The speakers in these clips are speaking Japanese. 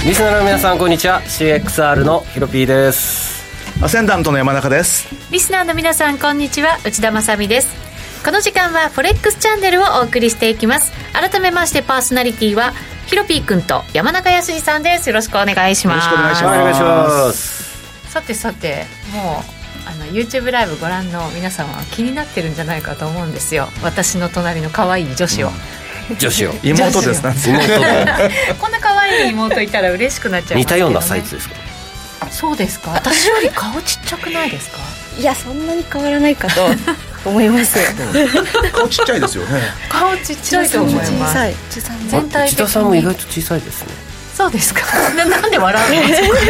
リスナーの皆さんこんにちは。 CXR のヒロピーです。 アセンダントの山中です。 リスナーの皆さんこんにちは、内田まさみです。この時間はフォレックスチャンネルをお送りしていきます。改めましてパーソナリティはヒロピーくんと山中康二さんです。よろしくお願いします。 よろしくお願いします。 お願いします。 さてもうYouTube ライブご覧の皆さんは気になってるんじゃないかと思うんですよ。私の隣の可愛い女子を、 女子を妹です。 こんな可愛い妹いたら嬉しくなっちゃいますけどね。 似たようなサイズですか？ そうですか。私より顔ちっちゃくないですか？ いや、そんなに変わらないかと思います顔ちっちゃいですよね。 顔ちっちゃいと思います。 小さい。 全体的に内田さんも意外と小さいですね。 そうですか。なんで笑うの？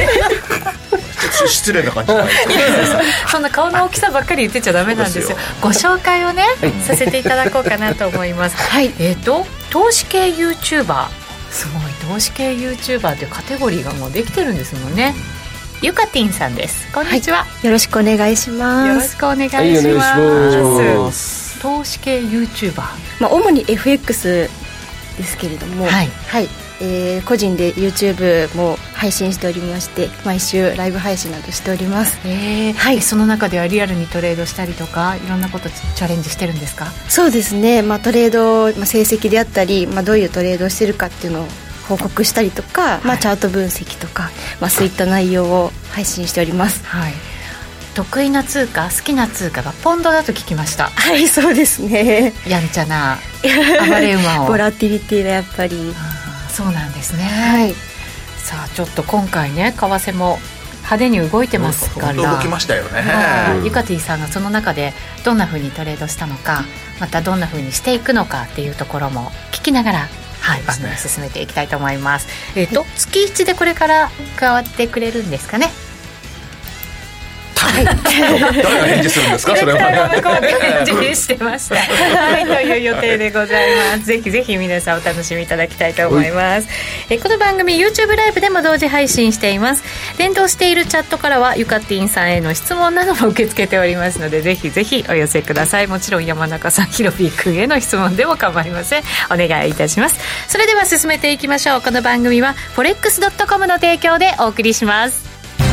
失礼な感じ。 そんな顔の大きさばっかり言ってちゃダメなんですよ。ご紹介をね、させていただこうかなと思います。はい。投資系 YouTuber、 すごい投資系 YouTuber というカテゴリーがもうできてるんですもんね。ゆかてぃんさんです。こんにちは、 はい、よろしくお願いします。 よろしくお願いします。 はい、お願いします。 投資系 YouTuber、 主に FX ですけれども、はい、はい、個人で YouTube も配信しておりまして、毎週ライブ配信などしております。 はい、その中ではリアルにトレードしたりとかいろんなことチャレンジしてるんですか？ そうですね、トレード、成績であったり、どういうトレードをしてるかっていうのを報告したりとか、チャート分析とか、そういった内容を配信しております。 はい、得意な通貨、好きな通貨がポンドだと聞きました。 はい、そうですね。 やんちゃな暴れ馬をボラティリティがやっぱり。 そうなんですね。 はい。 さあちょっと今回ね、為替も派手に動いてますから、 動きましたよね。 ゆかてぃさんがその中でどんな風にトレードしたのか、またどんな風にしていくのかっていうところも聞きながら、はい、番組を進めていきたいと思います。月1でこれから加わってくれるんですかね？ はい、誰が返事するんですか？それは返事してました。はい、という予定でございます。ぜひぜひ皆さんお楽しみいただきたいと思います。この番組 YouTube ライブでも同時配信しています。連動しているチャットからはゆかてぃんさんへの質問なども受け付けておりますので、ぜひぜひお寄せください。もちろん山中さん、ひろぴーくんへの質問でも構いません。お願いいたします。それでは進めていきましょう。この番組は forex.com の提供でお送りします。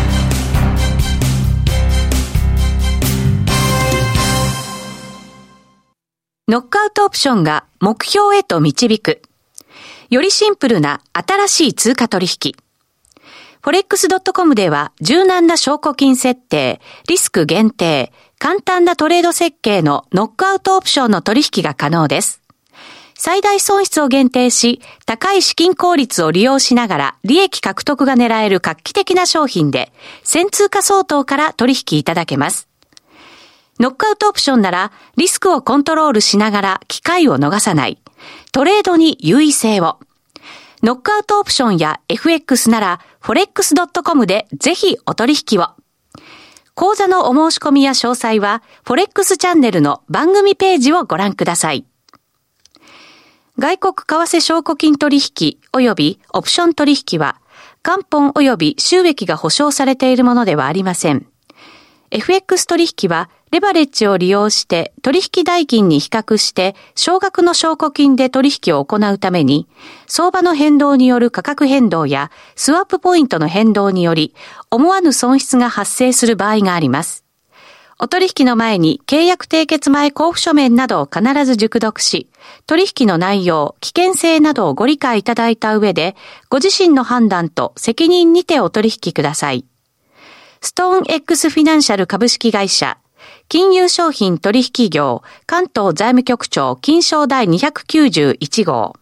ノックアウトオプションが目標へと導く。よりシンプルな新しい通貨取引。forex.com では柔軟な証拠金設定、リスク限定、簡単なトレード設計のノックアウトオプションの取引が可能です。最大損失を限定し、高い資金効率を利用しながら利益獲得が狙える画期的な商品で、1000通貨相当から取引いただけます。ノックアウトオプションならリスクをコントロールしながら機会を逃さない。トレードに優位性を。ノックアウトオプションや FX なら forex.com でぜひお取引を。講座のお申し込みや詳細は Forex チャンネルの番組ページをご覧ください。外国為替証拠金取引及びオプション取引は元本及び収益が保証されているものではありません。FX 取引はレバレッジを利用して取引代金に比較して少額の証拠金で取引を行うために、相場の変動による価格変動やスワップポイントの変動により思わぬ損失が発生する場合があります。お取引の前に契約締結前交付書面などを必ず熟読し、取引の内容、危険性などをご理解いただいた上で、ご自身の判断と責任にてお取引ください。ストーン X フィナンシャル株式会社、金融商品取引業、関東財務局長金商第291号。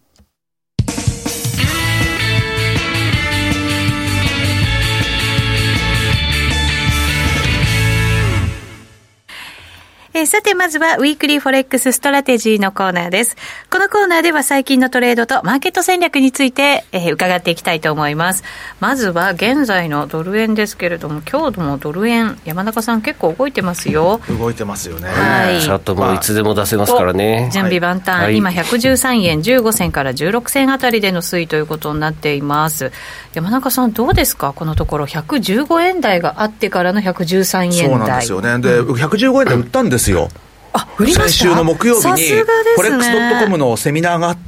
さてまずはウィークリーフォレックスストラテジーのコーナーです。このコーナーでは最近のトレードとマーケット戦略について、伺っていきたいと思います。まずは現在のドル円ですけれども、今日もドル円山中さん結構動いてますよ。 動いてますよね。 はい、 チャートもいつでも出せますからね。 準備万端、はい、今113円15銭から16銭あたりでの推移ということになっています。山中さんどうですか、このところ115円台があってからの113円台。 そうなんですよね。で、115円で売ったんですよ。 売りました。 先週の木曜日に、 フフォレックス .com のセミナーがあって、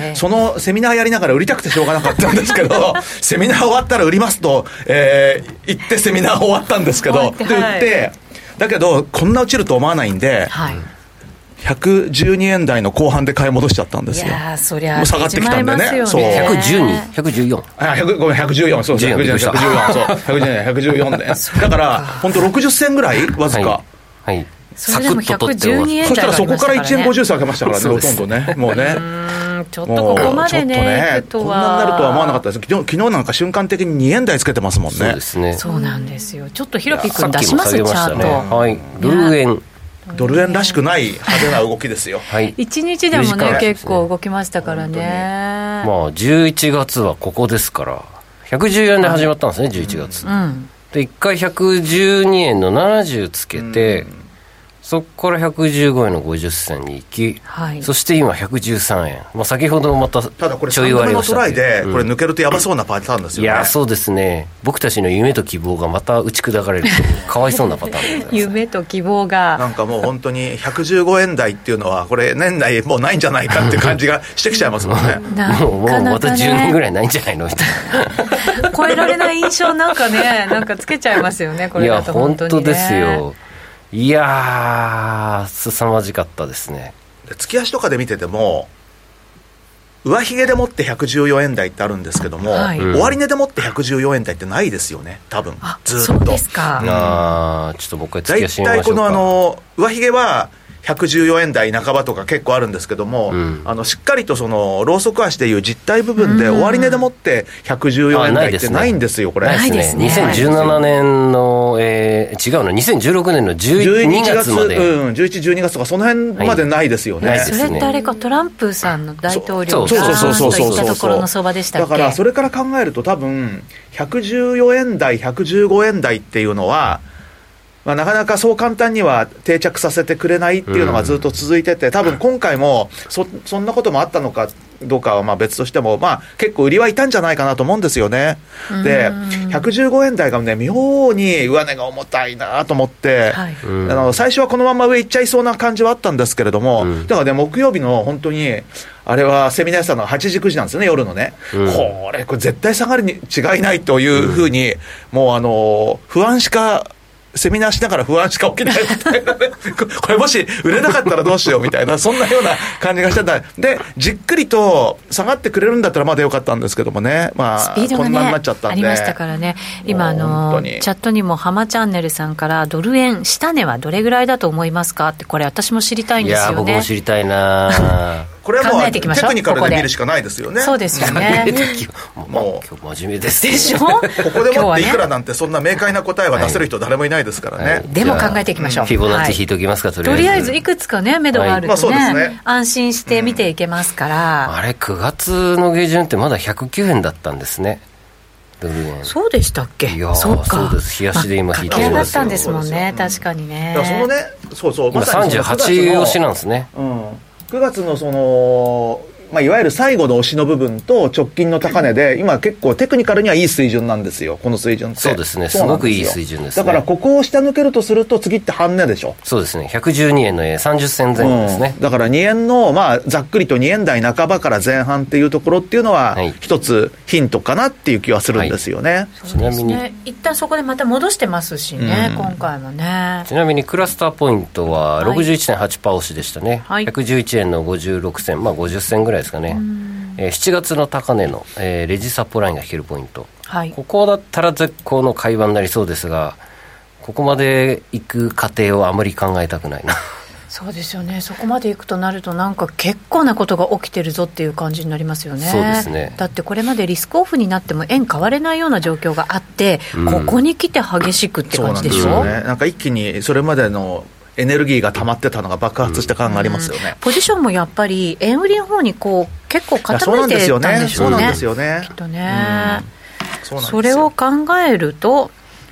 そのセミナーやりながら売りたくてしょうがなかったんですけど、セミナー終わったら売りますと、言ってセミナー終わったんですけど、で売って、だけど、こんな落ちると思わないんで、112円台の後半で買い戻しちゃったんですよ。 いやそりゃもう下がってきたんでね。 そう。 112、114。 ごめん、114。そうそう、114。そう、114で。だから、本当60銭ぐらいわずか。 はい。 それでも112円台。 そしたらそこから1円50銭下げましたからね、ほとんどね。もうね。 ちょっとここまでね、 こんなになるとは思わなかったです。昨日なんか瞬間的に2円台つけてますもんね。 そうですね。 そうなんですよ。ちょっとヒロピ君出しますチャート。 はい。ドル円らしくない派手な動きですよ。 はい。 1日でもね、結構動きましたからね。 まあ、11月はここですから、114円で始まったんですね、11月。で、1回112円の70つけて、そこから115円の50銭に行き、そして今113円。まあ、先ほどまたちょいただこれ3度目のトライで、これ抜けるとやばそうなパターンですよね。 いや、そうですね。僕たちの夢と希望がまた打ち砕かれるとかわいそうなパターンでございます。 夢と希望が。 なんかもう本当に115円台っていうのは、これ年内もうないんじゃないかっていう感じがしてきちゃいますもんね。 もうまた10年ぐらいないんじゃないのみたいな。超えられない印象なんかね、なんかつけちゃいますよね、これだと本当にね。 いや、本当ですよ。いやー、凄まじかったですね。 月足とかで見てても、上髭でもって114円台ってあるんですけども、終値でもって114円台ってないですよね、多分ずっと。 そうですか。 ちょっともう一回月足見ましょうか。 大体この上髭は114円台半ばとか結構あるんですけども、しっかりとそのローソク足でいう実体部分で終値でもって114円台ってないんですよ、これ。 ないですね。2017年の、違うの、2016年の12月まで。 11、12月とかその辺までないですよね。 それってあれか、トランプさんの大統領がそう言ったところの相場でしたっけ。 だからそれから考えると多分114円台、115円台っていうのは、まあ、なかなかそう簡単には定着させてくれないっていうのがずっと続いてて、多分今回もそんなこともあったのかどうかはまあ別としても、まあ、結構売りはいたんじゃないかなと思うんですよね。で、115円台がね、妙に上値が重たいなと思って、最初はこのまま上行っちゃいそうな感じはあったんですけれども、だからね、木曜日の本当にあれはセミナーしたのが8時9時なんですよね、夜のね。これ絶対下がるに違いないというふうに、もう不安しかセミナーしながら不安しか起きないみたいなねこれもし売れなかったらどうしようみたいなそんなような感じがしてた。でじっくりと下がってくれるんだったらまだよかったんですけどもね、まあ、 スピードがね、 こんなになっちゃったんでありましたからね。今チャットにも浜チャンネルさんからドル円下値はどれぐらいだと思いますかって、これ私も知りたいんですよね。 いや僕も知りたいなこれはもうテクニカルで見るしかないですよね。 そうですよねもう今日真面目ですでしょここでもっていくらなんてそんな明快な答えは出せる人誰もいないですからね、 でも考えていきましょう。 フィボナッチ引いておきますか、 とりあえずいくつかね目処があるとね、安心して見ていけますから、 あれ9月の下旬ってまだ109円だったんですね、ドル円。 そうでしたっけ。 いやそうです、冷やしで今引いてるんですよ。 駆け上がったんですもんね、確かにね。 だからそのね、そう今38押しなんですね。 9月のそのまあ、いわゆる最後の押しの部分と直近の高値で今結構テクニカルにはいい水準なんですよ、この水準って。 そうですね、すごくいい水準ですね。 だからここを下抜けるとすると次って半値でしょ。 そうですね、112円の30銭前後ですね、 だから2円の、まあ、ざっくりと2円台半ばから前半っていうところっていうのは、一つヒントかなっていう気はするんですよね、 ちなみに一旦そこでまた戻してますしね、今回もね。 ちなみにクラスターポイントは 61.8% 押しでしたね、111円の56銭、まあ50銭ぐらいですかね。7月の高値の、レジサポラインが引けるポイント、ここだったら絶好の買い場になりそうですが、ここまで行く過程をあまり考えたくないなそうですよね、そこまで行くとなるとなんか結構なことが起きてるぞっていう感じになりますよね。 そうですね。 だってこれまでリスクオフになっても円買われないような状況があって、ここに来て激しくって感じでしょ。 そうなんですよね。なんか一気にそれまでのエネルギーが溜まってたのが爆発した感がありますよね、 ポジションもやっぱり円売りの方にこう結構傾いてたんでしょうね。 そうなんですよね、 きっとね、それを考えると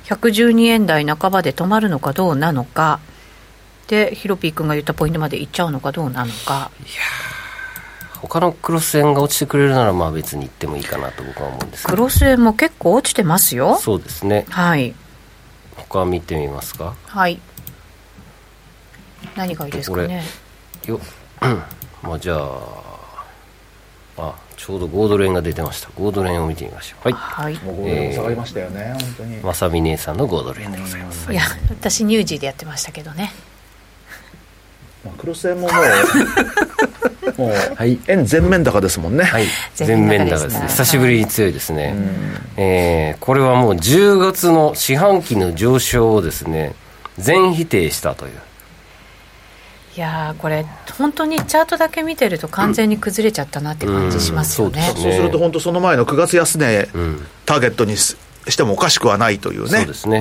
112円台半ばで止まるのかどうなのかで、ヒロピー君が言ったポイントまでいっちゃうのかどうなのか。 いや他のクロス円が落ちてくれるならまあ別に行ってもいいかなと僕は思うんですけど、 クロス円も結構落ちてますよ。 そうですね、 はい。 他見てみますか。 はい。 何がいいですかね。 まあ、じゃあちょうど5ドル円が出てました。5ドル円を見てみましょう。 はい、もう5ドル円下がりましたよね、本当に。 まさみ姉さんの5ドル円でございます。 いや、私ニュージーでやってましたけどね。 クロス円ももう円全面高ですもんね。 はい、全面高ですね。久しぶりに強いですね。これはもう10月の四半期の上昇をですね、全否定したという。 いやこれ本当にチャートだけ見てると完全に崩れちゃったなって感じしますよね。 そうすると本当その前の9月安値、ターゲットにしてもおかしくはないというね。 そうですね。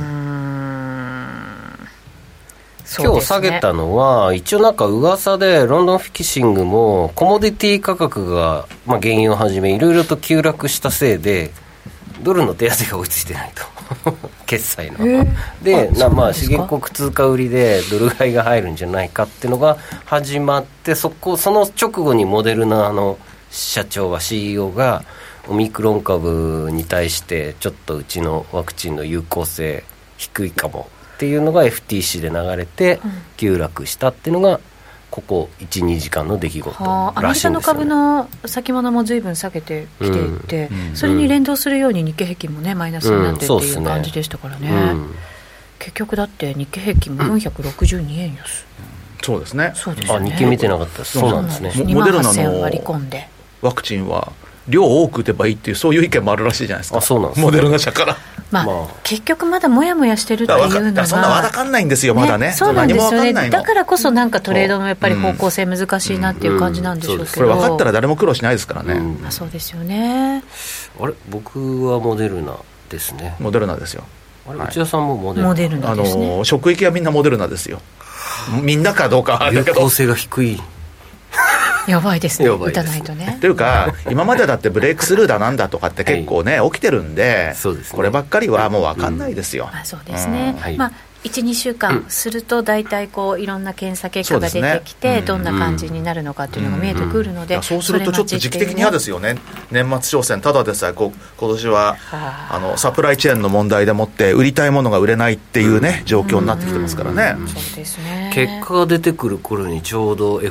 今日下げたのは一応なんか噂でロンドンフィキシングもコモディティ価格が、原油をはじめいろいろと急落したせいでドルの手当が追いついてないと決済ので資源国通貨売りでドル買いが入るんじゃないかっていうのが始まって、その直後にモデルナの社長は CEO がオミクロン株に対してちょっとうちのワクチンの有効性低いかもっていうのが FTC で流れて急落したっていうのがここ 1,2 時間の出来事らしいんですよね。 アメリカの株の先物も随分下げてきていて、それに連動するように日経平均もねマイナスになってっていう感じでしたからね。結局だって日経平均も462円安。 そうですね。 そうですね。 日経見てなかったです。そうなんですね。 モデルナの割り込んでワクチンは量を多く打てばいいっていうそういう意見もあるらしいじゃないですか。 そうなんですね。 モデルナ社から結局まだもやもやしてるっていうのはそんな分かんないんですよ、まだね。 そうなんですよね。だからこそなんかトレードのやっぱり方向性難しいなっていう感じなんでしょうけど、 これ分かったら誰も苦労しないですからね。 そうですよね。 あれ、僕はモデルナですね。 モデルナですよ。 あれ、内田さんもモデルナですね。 職域はみんなモデルナですよ。みんなかどうかは有効性が低い。 やばいですね、打たないとね。 というか今までだってブレイクスルーだなんだとかって結構ね、起きてるんで、 そうですね、 こればっかりはもう分かんないですよ。 そうですね。1、2週間すると大体こういろんな検査結果が出てきて、どんな感じになるのかっていうのが見えてくるので、 そうするとちょっと時期的に嫌ですよね。年末商戦ただでさえ今年はサプライチェーンの問題でもって売りたいものが売れないっていうね、状況になってきてますからね。 そうですね。 結果が出てくる頃にちょうど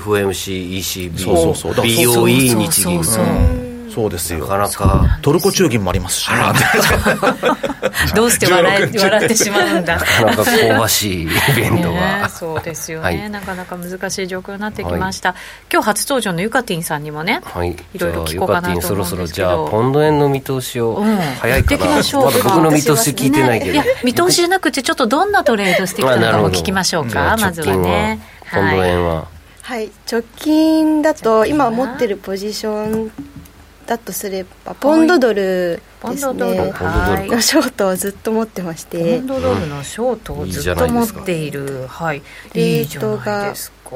FOMC、ECB、BOE、日銀そうですよ。 なかなかトルコ中銀もありますし、ね、 どうして笑ってしまうんだ。 なかなか香ばしいイベントが、 そうですよね、なかなか難しい状況になってきました。今日初登場のゆかてぃんさんにもね、いろいろ聞こうかなと思うんですけど、ゆかてぃんそろそろじゃあポンド円の見通しを、早いかな、まだ僕の見通し聞いてないけど、 いや見通しじゃなくてちょっとどんなトレードしてきたのかも聞きましょうか。まずはね、 ポンド円は直近だと今持ってるポジションだとすればポンドドルですね。のショートをずっと持ってまして、 ポンドドルのショートをずっと持っている。 レートが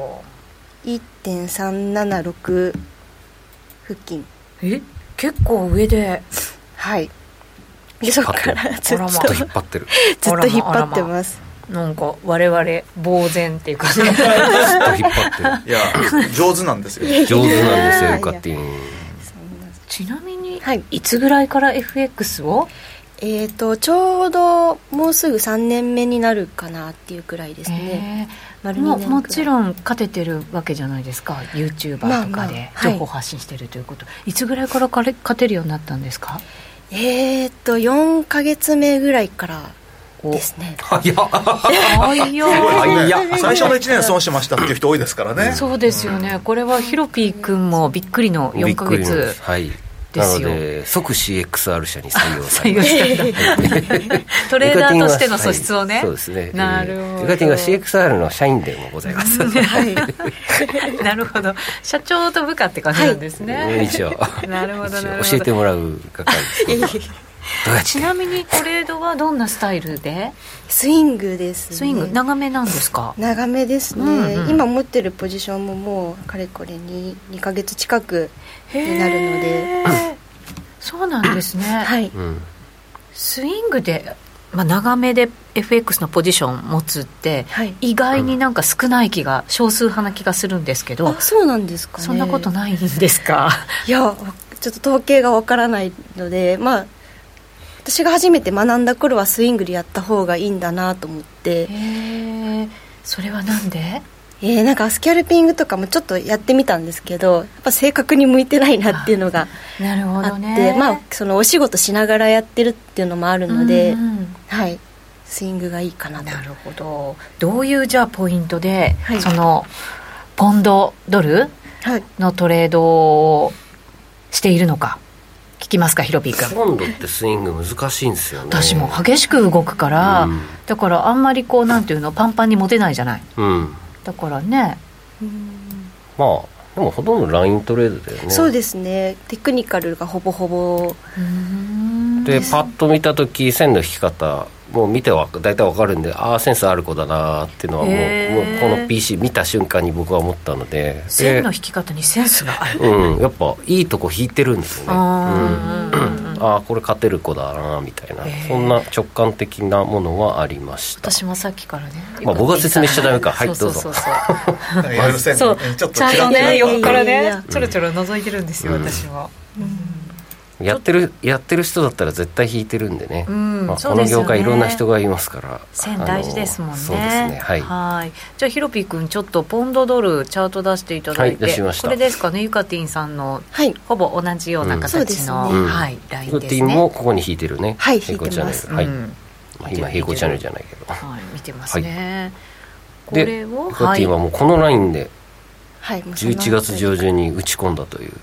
1.376 付近。 結構上で、 でそこからずっと引っ張ってる。 ずっと引っ張ってます。 なんか我々呆然っていうかね、ずっと引っ張ってる。 いや上手なんですよ。 上手なんですよ、ゆかてぃん。 ちなみに、いつぐらいから FX を？ ちょうどもうすぐ3年目になるかなっていうくらいですね。 もちろん勝ててるわけじゃないですか。 YouTuber とかで情報発信してるということ、いつぐらいから勝てるようになったんですか ？4ヶ月目ぐらいからですね。 最初の1年損しましたっていう人多いですからね。 そうですよね。これはヒロピー君もびっくりの4ヶ月ですよ。 なので即 CXR 社に採用されトレーダーとしての素質をね。 そうですね。 なるほど。 ゆかてぃんが CXR の社員でもございます。 なるほど。社長と部下って感じなんですね。 一応なるほど教えてもらう係です。 ちなみにトレードはどんなスタイルで？ スイングですね。 スイング長めなんですか？ 長めですね、今持ってるポジションももうかれこれに2ヶ月近くになるので。 そうなんですね。スイングで、長めで FX のポジション持つって、意外になんか少ない気が、少数派な気がするんですけど。 そうなんですかね。 そんなことないんですか？ いやちょっと統計がわからないので、私が初めて学んだ頃はスイングでやった方がいいんだなと思って。 それはなんで？ なんかスキャルピングとかもちょっとやってみたんですけど、やっぱ正確に向いてないなっていうのがあって、 なるほどね、 そのお仕事しながらやってるっていうのもあるので、はい、スイングがいいかなと。 なるほど。どういうじゃあポイントで、そのポンドドルのトレードをしているのか聞きますか、ヒロピー君。 ポンドってスイング難しいんですよね。 私も激しく動くから、だからあんまりこうなんていうの、パンパンに持てないじゃない、だからね、 まあでもほとんどライントレードだよね。 そうですね、テクニカルがほぼほぼで、パッと見たとき線の引き方もう見ては大体わかるんで、ああセンスある子だなっていうのはもうこの PC 見た瞬間に僕は思ったので、 線の引き方にセンスがある、 やっぱいいとこ引いてるんですよね。ああこれ勝てる子だなみたいな、そんな直感的なものはありました。 私もさっきからね、 僕が説明しちゃダメか。はい、どうぞ。 そうちゃんとね、横からねちょろちょろ覗いてるんですよ、私は。 やってる人だったら絶対引いてるんでね、この業界いろんな人がいますから、 線大事ですもんね。 そうですね、 はい。じゃあヒロピー君、ちょっとポンドドルチャート出していただいて、 出しました。 これですかね、ユカティンさんの、ほぼ同じような形の、ラインですね。 ユカティンもここに引いてるね。 はい、引いてます。 今平行チャンネルじゃないけど、 見てますね。 これをユカティンはもうこのラインで11月上旬に打ち込んだという、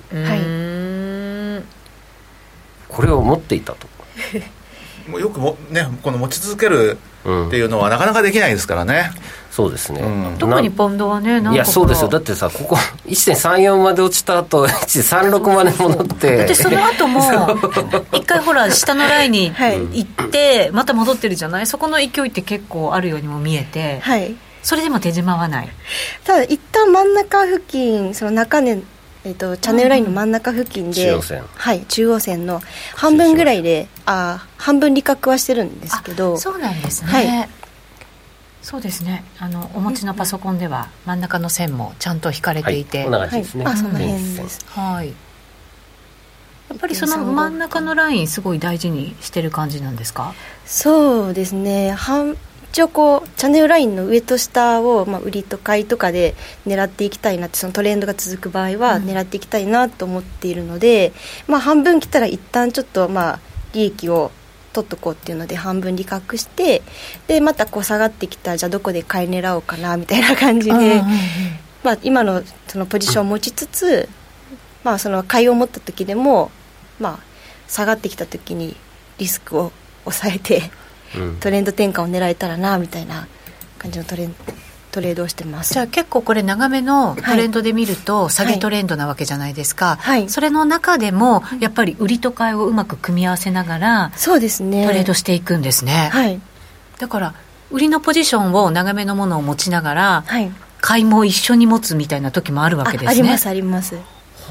これを持っていたともうよくね、この持ち続けるっていうのはなかなかできないですからね。 そうですね、 特にポンドはね、なんかいやそうですよ。だってさ、ここ 1.34 まで落ちた後1.36まで戻ってだってその後も一回ほら下のラインに行ってまた戻ってるじゃない。そこの勢いって結構あるようにも見えて、それでも手締まわない。 ただ一旦真ん中付近、その中根チャンネルラインの真ん中付近で、中央線の半分ぐらいで半分利確はしてるんですけど。 そうなんですね、そうですね。お持ちのパソコンでは真ん中の線もちゃんと引かれていて、 こんな感じですね。 その辺です。 やっぱりその真ん中のラインすごい大事にしてる感じなんですか。 そうですね、一応こうチャンネルラインの上と下を、売りと買いとかで狙っていきたいなって、そのトレンドが続く場合は狙っていきたいなと思っているので、半分来たら一旦ちょっと利益を取っとこうっていうので半分利確して、でまたこう下がってきたらじゃあどこで買い狙おうかなみたいな感じで、今のそのポジションを持ちつつ、その買いを持った時でも、下がってきた時にリスクを抑えてトレンド転換を狙えたらなみたいな感じのトレードをしてます。 じゃあ結構これ長めのトレンドで見ると下げトレンドなわけじゃないですか、それの中でもやっぱり売りと買いをうまく組み合わせながらそうですね、 トレードしていくんですね。だから売りのポジションを長めのものを持ちながら、買いも一緒に持つみたいな時もあるわけですね。 ありますあります。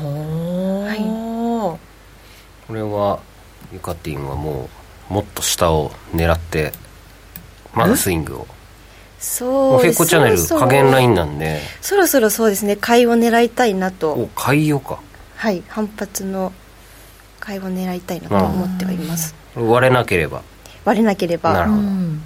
これはユカティンはもっと下を狙ってまだスイングを、 そう平行チャンネル下限ラインなんで、 そろそろそうですね、買いを狙いたいなと。 買いをか、 反発の買いを狙いたいなと思ってはいます。 割れなければなるほど、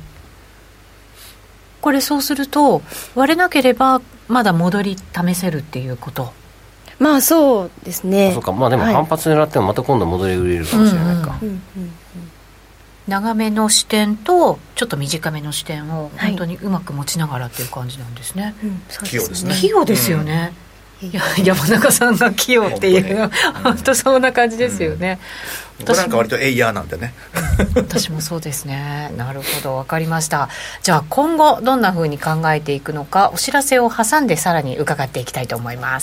これそうすると割れなければまだ戻り試せるっていうこと。 そうですね。 そうか、でも反発狙ってもまた今度戻り売れるかもしれないか。 長めの視点とちょっと短めの視点を本当にうまく持ちながらっていう感じなんですね。 器用ですね。 器用ですよね、山中さんが器用っていう本当そんな感じですよね。 僕なんか割とエイヤーなんでね私もそうですね。なるほど、分かりました。じゃあ今後どんな風に考えていくのか、お知らせを挟んでさらに伺っていきたいと思います。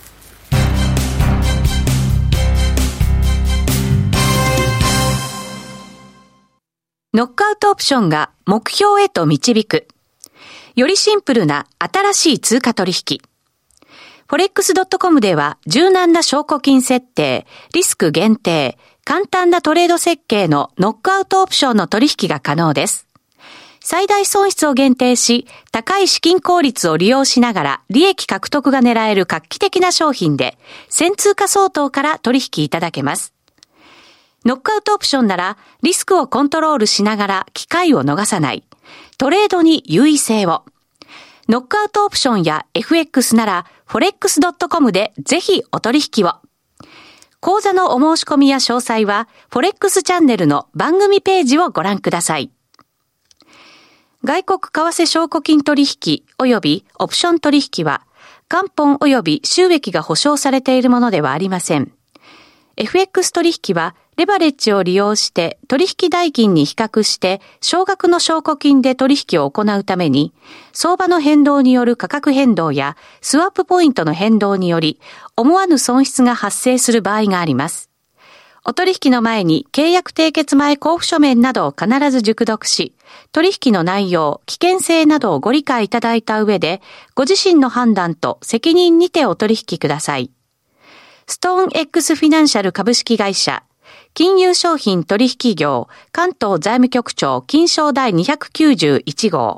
ノックアウトオプションが目標へと導く。よりシンプルな新しい通貨取引。forex.com では柔軟な証拠金設定、リスク限定、簡単なトレード設計のノックアウトオプションの取引が可能です。最大損失を限定し、高い資金効率を利用しながら利益獲得が狙える画期的な商品で、1000通貨相当から取引いただけます。ノックアウトオプションならリスクをコントロールしながら機会を逃さない。トレードに優位性を。 ノックアウトオプションや FX なら forex.com でぜひお取引を。講座のお申し込みや詳細は Forex チャンネルの番組ページをご覧ください。外国為替証拠金取引及びオプション取引は元本及び収益が保証されているものではありません。FX 取引はレバレッジを利用して取引代金に比較して少額の証拠金で取引を行うために相場の変動による価格変動やスワップポイントの変動により思わぬ損失が発生する場合があります。お取引の前に契約締結前交付書面などを必ず熟読し、取引の内容、危険性などをご理解いただいた上で、ご自身の判断と責任にてお取引ください。ストーン X フィナンシャル株式会社、金融商品取引業、関東財務局長金商第291号。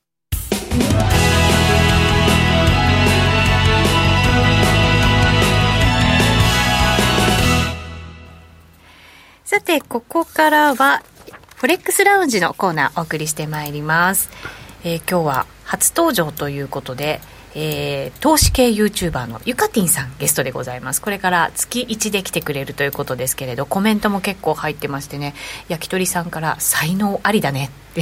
さて、ここからはフォレックスラウンジのコーナーお送りしてまいります。今日は初登場ということで、投資系 YouTuber のゆかてぃんさんゲストでございます。これから月1で来てくれるということですけれど、コメントも結構入ってましてね、焼き鳥さんから才能ありだねって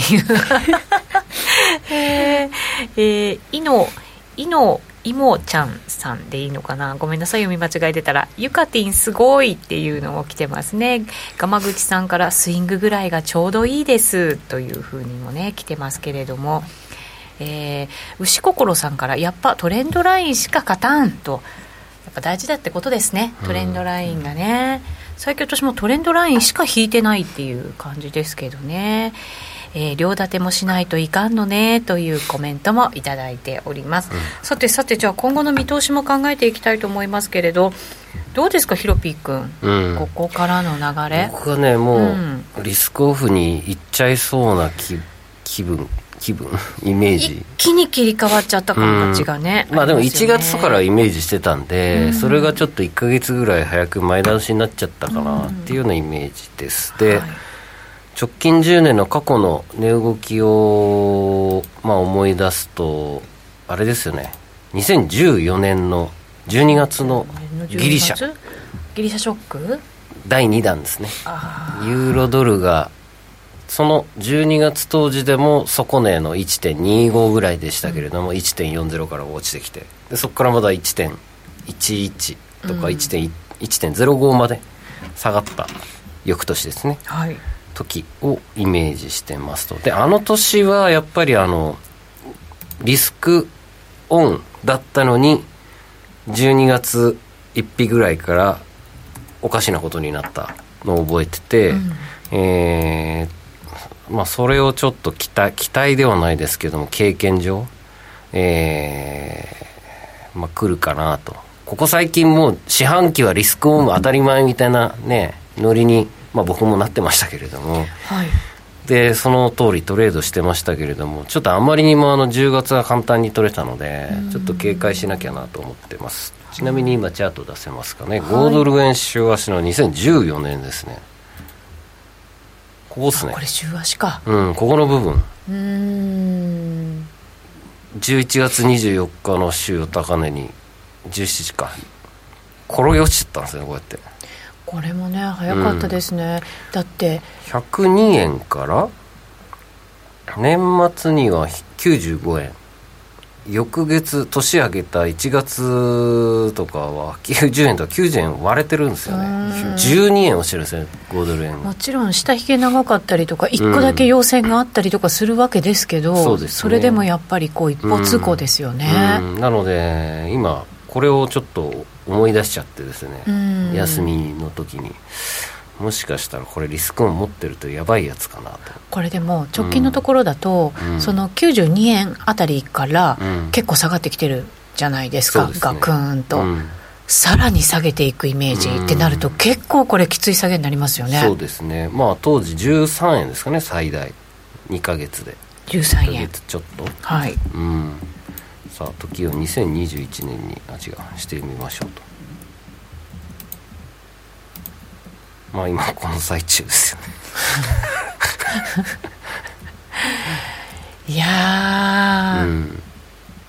いういもちゃんさんでいいのかな、ごめんなさい読み間違えてたら、ゆかてぃんすごいっていうのも来てますね。ガマ口さんからスイングぐらいがちょうどいいですというふうにもね来てますけれども、牛心さんからやっぱトレンドラインしか勝たんと、やっぱ大事だってことですね、トレンドラインがね。最近私もトレンドラインしか引いてないっていう感じですけどね。両立てもしないといかんのねというコメントもいただいております、さてじゃあ今後の見通しも考えていきたいと思いますけれど、どうですかヒロピー君、ここからの流れ。 僕はねもう、リスクオフにいっちゃいそうな気分イメージ、 一気に切り替わっちゃった感じがね、 まあでも1月からイメージしてたんで、それがちょっと1ヶ月ぐらい早く前倒しになっちゃったかなっていうようなイメージです。で、はい、直近10年の過去の値動きを、思い出すとあれですよね、2014年の12月のギリシャショック第2弾ですね。ユーロドルがその12月当時でも底値の 1.25 ぐらいでしたけれども、1.40 から落ちてきて、でそこからまだ 1.11 とか 1.05 まで下がった翌年ですね、はい、時をイメージしてますと。であの年はやっぱりリスクオンだったのに12月1日ぐらいからおかしなことになったのを覚えてて、それをちょっと期待ではないですけども経験上、来るかなと。ここ最近もう四半期はリスクオン当たり前みたいなねノリに、僕もなってましたけれども、はい、でその通りトレードしてましたけれども、ちょっとあまりにも10月が簡単に取れたのでちょっと警戒しなきゃなと思ってます。ちなみに今チャート出せますかね、5ドル円週足の2014年ですね。ここですね。 これ週足か。 ここの部分。11月24日の週を高値に17時間転げ落ちちゃったんですね、こうやって。 これもね早かったですね、だって 102円から年末には95円、翌月年明けた1月とかは90円とか90円割れてるんですよね。12円落ちてるんですよ、5ドル円。 もちろん下髭長かったりとか1個だけ陽線があったりとかするわけですけど、そうですね、それでもやっぱり一方通行ですよね。 なので今これをちょっと思い出しちゃってですね、休みの時にもしかしたらこれリスクオン持ってるとやばいやつかなと。 これでも直近のところだと、その92円あたりから結構下がってきてるじゃないですか、ガクーンと、さらに下げていくイメージってなると結構これきつい下げになりますよね。 そうですね、当時13円ですかね、最大2ヶ月で 13円 2ヶ月ちょっと、 はい、 さあ時を2021年にしてみましょうと。今この最中ですよねいや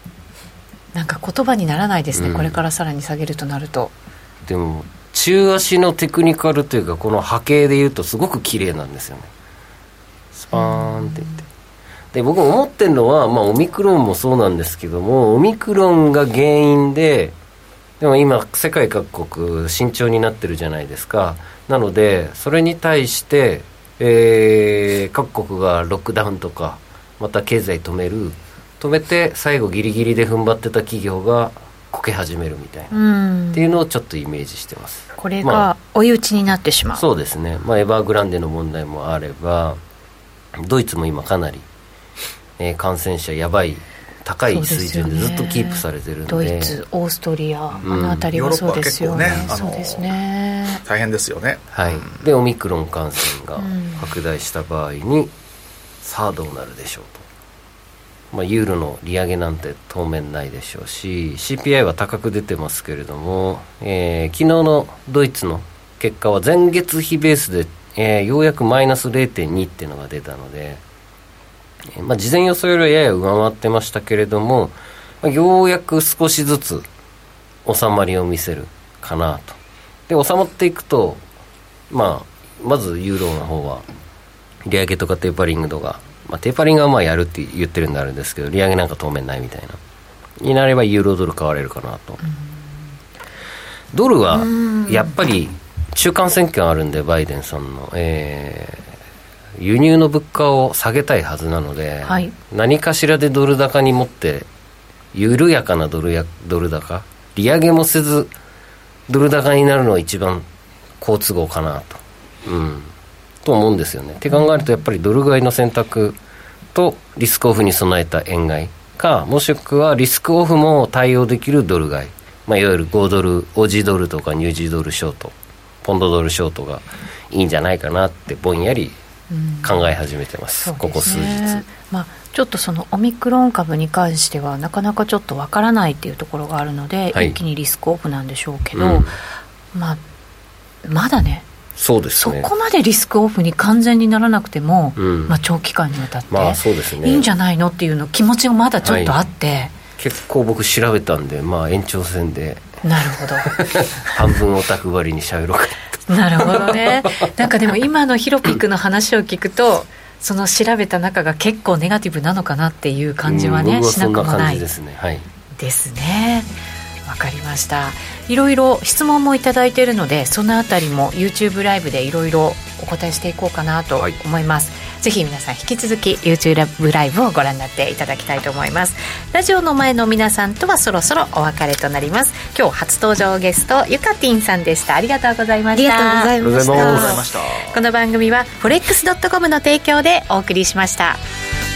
なんか言葉にならないですね、これからさらに下げるとなると。 でも中足のテクニカルというかこの波形でいうとすごく綺麗なんですよね。スパーンっていって、で僕思ってるのは、オミクロンもそうなんですけども、オミクロンが原因でも今世界各国慎重になってるじゃないですか。なのでそれに対して、各国がロックダウンとかまた経済止めて最後ギリギリで踏ん張ってた企業がこけ始めるみたいな、っていうのをちょっとイメージしてます。 これが追い打ちになってしまう、 そうですね。エバーグランデの問題もあれば、ドイツも今かなり、感染者やばい高い水準でずっとキープされてるので、 ドイツ、オーストリア、あの辺りはそうですよね。 そうですね、大変ですよね。 はい。でオミクロン感染が拡大した場合に、さあどうなるでしょうと。ユーロの利上げなんて当面ないでしょうし、 CPI は高く出てますけれども、昨日のドイツの結果は前月比ベースで、ようやくマイナス 0.2 っていうのが出たので、事前予想よりはやや上回ってましたけれども、ようやく少しずつ収まりを見せるかなと。で収まっていくと、まずユーロの方は利上げとかテーパリングとか、テーパリングはやるって言ってるんであるんですけど、利上げなんか当面ないみたいなになればユーロドル買われるかなと。ドルはやっぱり中間選挙あるんで、バイデンさんの、輸入の物価を下げたいはずなので、何かしらでドル高に持って、緩やかなドル高、利上げもせずドル高になるのは一番好都合かなと思うんですよね。って考えるとやっぱりドル買いの選択とリスクオフに備えた円買いか、もしくはリスクオフも対応できるドル買い、いわゆる5ドル、オジドルとかニュージードルショート、ポンドドルショートがいいんじゃないかなってぼんやり考え始めてます、ここ数日。 ちょっとそのオミクロン株に関してはなかなかちょっとわからないっていうところがあるので、一気にリスクオフなんでしょうけど、まだね、 そうですね、 そこまでリスクオフに完全にならなくても、長期間にわたってそうですね、 いいんじゃないのっていうの気持ちがまだちょっとあって、 結構僕調べたんで、延長戦でなるほど半分オタク割りにしゃべろうかなるほどね。なんかでも今のヒロピックの話を聞くと、その調べた中が結構ネガティブなのかなっていう感じはね、しなくもない。 僕はそんな感じですね。 ですね。わかりました。いろいろ質問もいただいているので、そのあたりも YouTube ライブでいろいろお答えしていこうかなと思います。ぜひ皆さん引き続き YouTube ライブをご覧になっていただきたいと思います。ラジオの前の皆さんとはそろそろお別れとなります。今日初登場ゲストゆかてぃんさんでした。ありがとうございました。 ありがとうございました。 この番組は forex.com の提供でお送りしました。